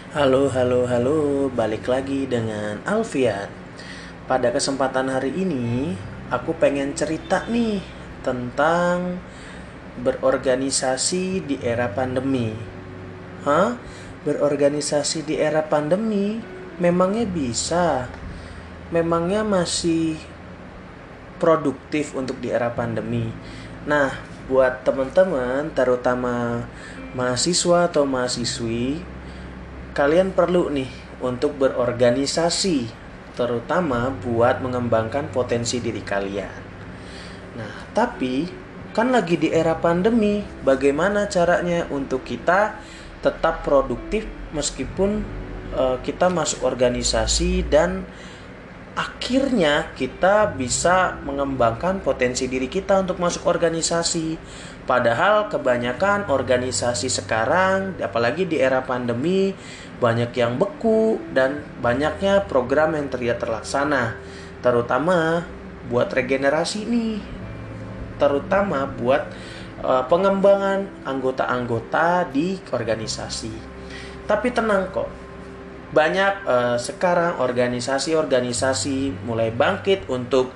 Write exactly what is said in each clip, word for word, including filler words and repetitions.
Halo, halo, halo, balik lagi dengan Alfian. Pada kesempatan hari ini, aku pengen cerita nih tentang berorganisasi di era pandemi. Hah? Berorganisasi di era pandemi? Memangnya bisa? Memangnya masih produktif untuk di era pandemi? Nah, buat teman-teman, terutama mahasiswa atau mahasiswi, kalian perlu nih untuk berorganisasi, terutama buat mengembangkan potensi diri kalian. Nah, tapi kan lagi di era pandemi, bagaimana caranya untuk kita tetap produktif meskipun uh, kita masuk organisasi dan akhirnya kita bisa mengembangkan potensi diri kita untuk masuk organisasi. Padahal kebanyakan organisasi sekarang, apalagi di era pandemi, banyak yang beku dan banyaknya program yang tidak terlaksana. Terutama buat regenerasi nih, terutama buat uh, pengembangan anggota-anggota di organisasi. Tapi tenang kok, banyak uh, sekarang organisasi-organisasi mulai bangkit untuk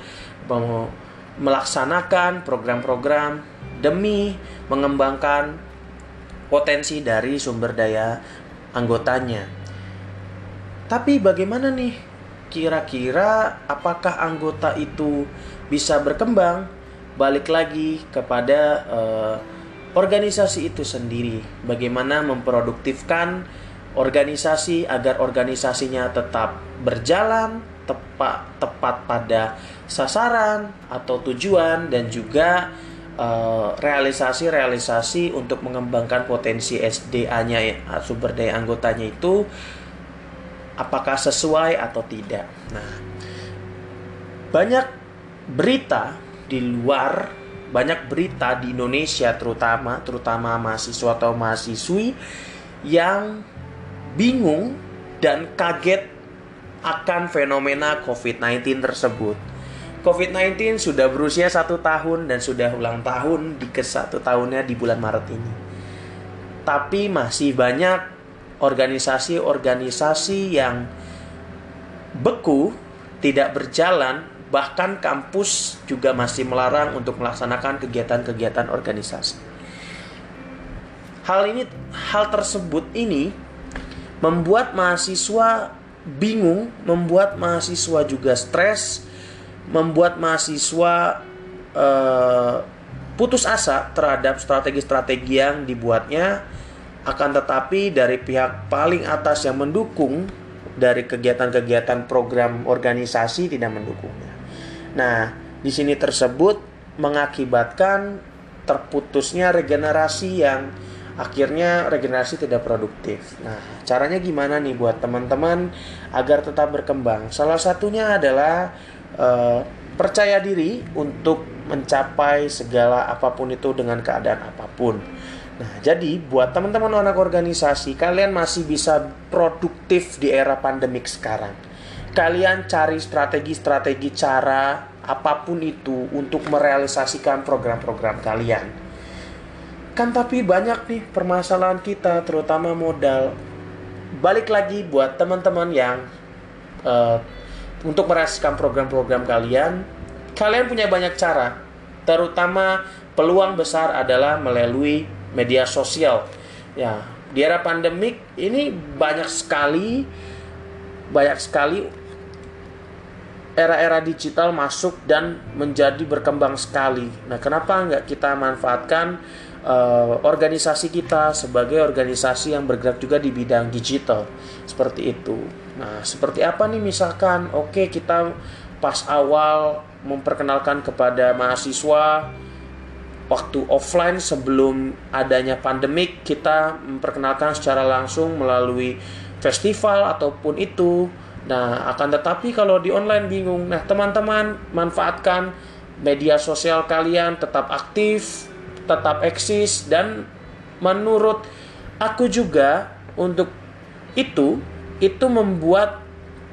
melaksanakan program-program demi mengembangkan potensi dari sumber daya anggotanya. Tapi bagaimana nih? Kira-kira apakah anggota itu bisa berkembang? Balik lagi kepada uh, organisasi itu sendiri. Bagaimana memproduktifkan organisasi agar organisasinya tetap berjalan tepat tepat pada sasaran atau tujuan, dan juga uh, realisasi-realisasi untuk mengembangkan potensi S D A-nya, sumber daya anggotanya itu apakah sesuai atau tidak. Nah, banyak berita di luar, banyak berita di Indonesia terutama terutama mahasiswa atau mahasiswi yang bingung dan kaget akan fenomena covid sembilan belas tersebut. covid sembilan belas sudah berusia satu tahun dan sudah ulang tahun di ke satu tahunnya di bulan Maret ini. Tapi masih banyak organisasi-organisasi yang beku, tidak berjalan, bahkan kampus juga masih melarang untuk melaksanakan kegiatan-kegiatan organisasi. Hal ini, hal tersebut ini membuat mahasiswa bingung, membuat mahasiswa juga stres, membuat mahasiswa uh, putus asa terhadap strategi-strategi yang dibuatnya. Akan tetapi dari pihak paling atas yang mendukung dari kegiatan-kegiatan program organisasi tidak mendukungnya. Nah, di sini tersebut mengakibatkan terputusnya regenerasi yang akhirnya regenerasi tidak produktif. Nah, caranya gimana nih buat teman-teman agar tetap berkembang? Salah satunya adalah uh, percaya diri untuk mencapai segala apapun itu dengan keadaan apapun. Nah, jadi buat teman-teman anak organisasi, kalian masih bisa produktif di era pandemik sekarang. Kalian cari strategi-strategi cara apapun itu untuk merealisasikan program-program kalian. Kan tapi banyak nih permasalahan kita, terutama modal. Balik lagi buat teman-teman yang uh, untuk merealisasikan program-program kalian, kalian punya banyak cara. Terutama peluang besar adalah melalui media sosial. Ya, di era pandemik ini banyak sekali banyak sekali era-era digital masuk dan menjadi berkembang sekali. Nah, kenapa nggak kita manfaatkan uh, organisasi kita sebagai organisasi yang bergerak juga di bidang digital seperti itu. Nah, seperti apa nih misalkan, oke okay, kita pas awal memperkenalkan kepada mahasiswa waktu offline sebelum adanya pandemik, kita memperkenalkan secara langsung melalui festival ataupun itu. Nah, akan tetapi kalau di online bingung. Nah, teman-teman manfaatkan media sosial kalian, tetap aktif, tetap eksis, dan menurut aku juga untuk itu itu membuat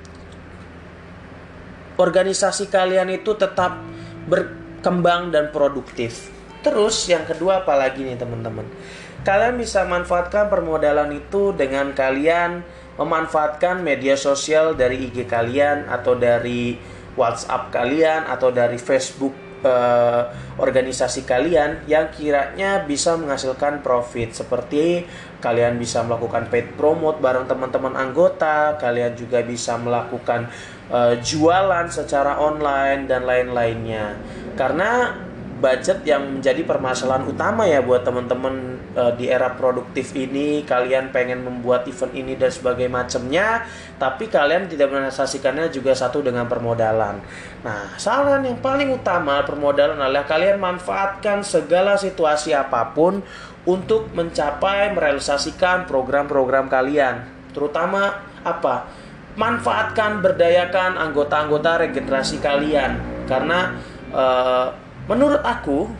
organisasi kalian itu tetap berkembang dan produktif. Terus yang kedua apalagi nih teman-teman, kalian bisa manfaatkan permodalan itu dengan kalian memanfaatkan media sosial dari I G kalian atau dari WhatsApp kalian atau dari Facebook eh, organisasi kalian yang kiranya bisa menghasilkan profit, seperti kalian bisa melakukan paid promote bareng teman-teman anggota, kalian juga bisa melakukan eh, jualan secara online dan lain-lainnya. Karena budget yang menjadi permasalahan utama ya buat teman-teman uh, di era produktif ini. Kalian pengen membuat event ini dan sebagainya macamnya, tapi kalian tidak merealisasikannya juga satu dengan permodalan. Nah, saran yang paling utama permodalan adalah kalian manfaatkan segala situasi apapun untuk mencapai merealisasikan program-program kalian. Terutama apa? Manfaatkan, berdayakan anggota-anggota regenerasi kalian. Karena uh, menurut aku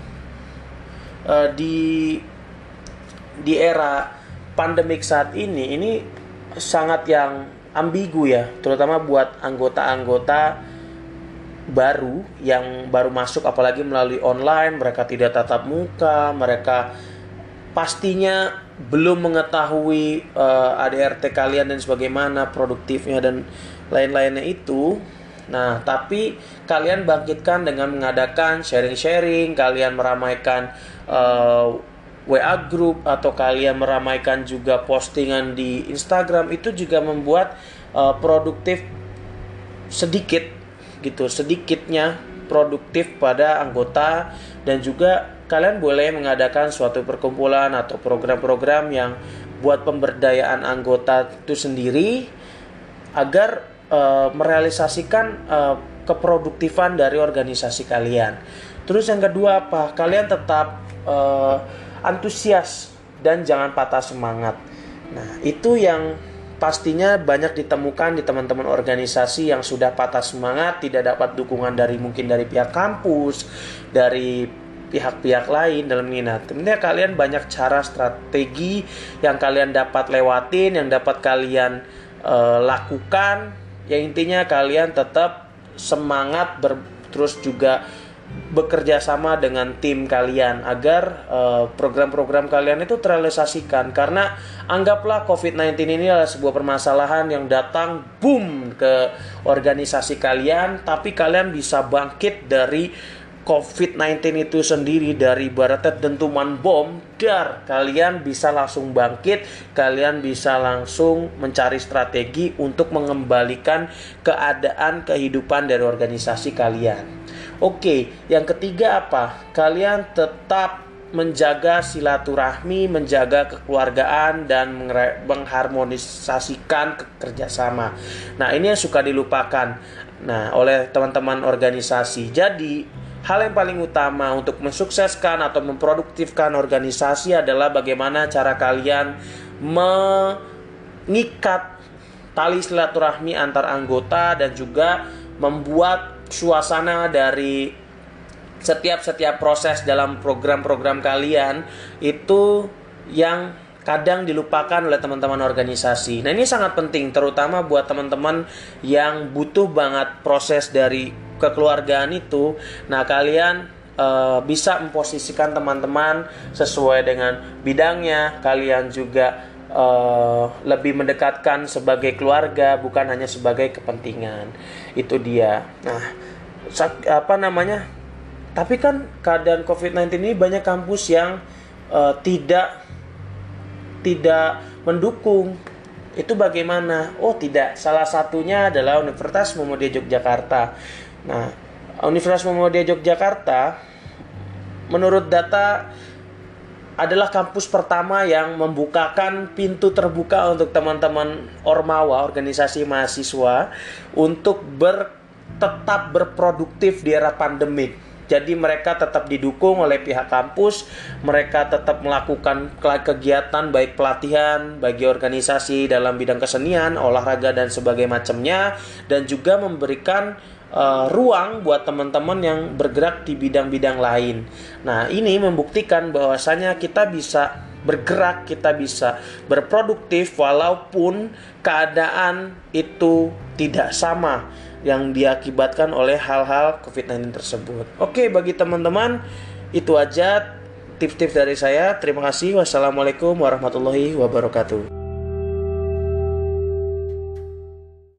uh, di di era pandemik saat ini ini sangat yang ambigu ya, terutama buat anggota-anggota baru yang baru masuk, apalagi melalui online. Mereka tidak tatap muka, mereka pastinya belum mengetahui uh, A D R T kalian dan sebagaimana produktifnya dan lain-lainnya itu. Nah, tapi kalian bangkitkan dengan mengadakan sharing-sharing, kalian meramaikan uh, W A group, atau kalian meramaikan juga postingan di Instagram. Itu juga membuat uh, produktif sedikit gitu, sedikitnya produktif pada anggota. Dan juga kalian boleh mengadakan suatu perkumpulan atau program-program yang buat pemberdayaan anggota itu sendiri agar Uh, merealisasikan uh, keproduktifan dari organisasi kalian. Terus yang kedua apa? Kalian tetap uh, antusias dan jangan patah semangat. Nah, itu yang pastinya banyak ditemukan di teman-teman organisasi yang sudah patah semangat, tidak dapat dukungan dari mungkin dari pihak kampus, dari pihak-pihak lain dalam minat. Tentunya kalian banyak cara, strategi yang kalian dapat lewatin, yang dapat kalian uh, lakukan. Yang intinya kalian tetap semangat ber, terus juga bekerja sama dengan tim kalian agar uh, program-program kalian itu terrealisasikan. Karena anggaplah covid sembilan belas ini adalah sebuah permasalahan yang datang boom ke organisasi kalian, tapi kalian bisa bangkit dari covid sembilan belas itu sendiri, dari ibaratnya dentuman bom, dar, kalian bisa langsung bangkit, kalian bisa langsung mencari strategi untuk mengembalikan keadaan kehidupan dari organisasi kalian. Oke, yang ketiga apa? Kalian tetap menjaga silaturahmi, menjaga kekeluargaan, dan mengharmonisasikan kerjasama. Nah, ini yang suka dilupakan nah oleh teman-teman organisasi. Jadi hal yang paling utama untuk mensukseskan atau memproduktifkan organisasi adalah bagaimana cara kalian mengikat tali silaturahmi antar anggota dan juga membuat suasana dari setiap-setiap proses dalam program-program kalian itu yang kadang dilupakan oleh teman-teman organisasi. Nah, ini sangat penting terutama buat teman-teman yang butuh banget proses dari kekeluargaan itu. Nah, kalian uh, bisa memposisikan teman-teman sesuai dengan bidangnya. Kalian juga uh, lebih mendekatkan sebagai keluarga, bukan hanya sebagai kepentingan. Itu dia. Nah, apa namanya? Tapi kan keadaan covid sembilan belas ini banyak kampus yang uh, tidak tidak mendukung. Itu bagaimana? Oh, tidak. Salah satunya adalah Universitas Muhammadiyah Yogyakarta. Nah, Universitas Muhammadiyah Yogyakarta menurut data adalah kampus pertama yang membukakan pintu terbuka untuk teman-teman Ormawa, organisasi mahasiswa, untuk ber, tetap berproduktif di era pandemik. Jadi mereka tetap didukung oleh pihak kampus, mereka tetap melakukan kegiatan baik pelatihan bagi organisasi dalam bidang kesenian, olahraga dan sebagainya macamnya, dan juga memberikan uh, ruang buat teman-teman yang bergerak di bidang-bidang lain. Nah, ini membuktikan bahwasanya kita bisa bergerak, kita bisa berproduktif walaupun keadaan itu tidak sama yang diakibatkan oleh hal-hal covid sembilan belas tersebut. Oke, bagi teman-teman itu aja tips-tips dari saya. Terima kasih. Wassalamualaikum warahmatullahi wabarakatuh.